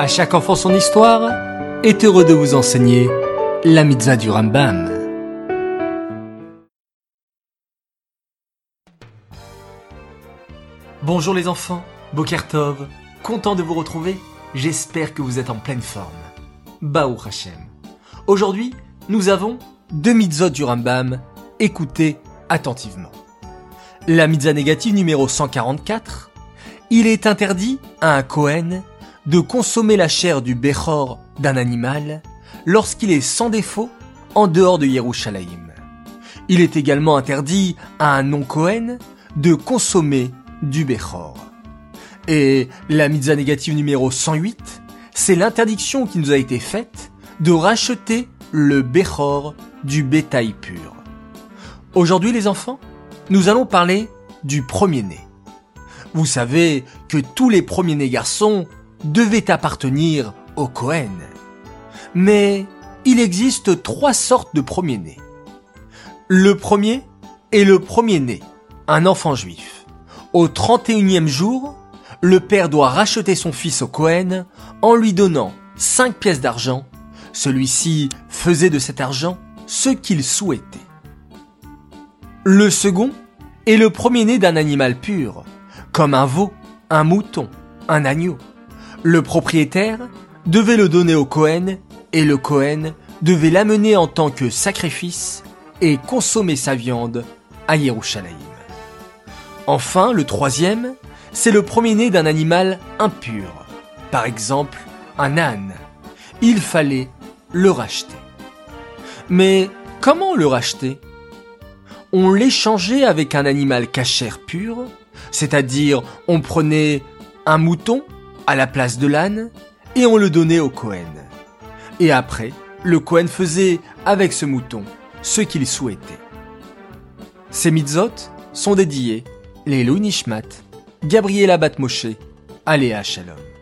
À chaque enfant son histoire est heureux de vous enseigner la mitzvah du Rambam. Bonjour les enfants, Boker Tov, content de vous retrouver, j'espère que vous êtes en pleine forme. Baruch Hashem. Aujourd'hui, nous avons 2 mitzvot du Rambam, écoutez attentivement. La mitzvah négative numéro 144, il est interdit à un Kohen de consommer la chair du Bechor d'un animal lorsqu'il est sans défaut en dehors de Yerushalayim. Il est également interdit à un non-Kohen de consommer du Bechor. Et la mitzvah négative numéro 108, c'est l'interdiction qui nous a été faite de racheter le Bechor du bétail pur. Aujourd'hui les enfants, nous allons parler du premier-né. Vous savez que tous les premiers-nés garçons devaient appartenir au Kohen. Mais il existe 3 sortes de premiers-nés. Le premier est le premier-né, un enfant juif. Au 31e jour, le père doit racheter son fils au Kohen en lui donnant 5 pièces d'argent. Celui-ci faisait de cet argent ce qu'il souhaitait. Le second est le premier-né d'un animal pur, comme un veau, un mouton, un agneau. Le propriétaire devait le donner au Kohen et le Kohen devait l'amener en tant que sacrifice et consommer sa viande à Yerushalayim. Enfin, le troisième, c'est le premier-né d'un animal impur, par exemple un âne. Il fallait le racheter. Mais comment le racheter ? On l'échangeait avec un animal cachère pur, c'est-à-dire on prenait un mouton à la place de l'âne et on le donnait au Kohen. Et après, le Kohen faisait avec ce mouton ce qu'il souhaitait. Ces mitzvot sont dédiés Leilui Nishmat, Gabriela Bat Moshe, Aléa Shalom.